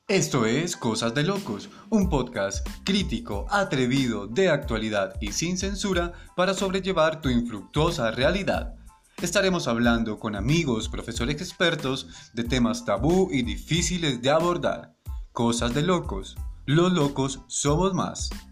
Esto es Cosas de Locos, un podcast crítico, atrevido, de actualidad y sin censura para sobrellevar tu infructuosa realidad. Estaremos hablando con amigos, profesores expertos de temas tabú y difíciles de abordar. Cosas de Locos. Los locos somos más.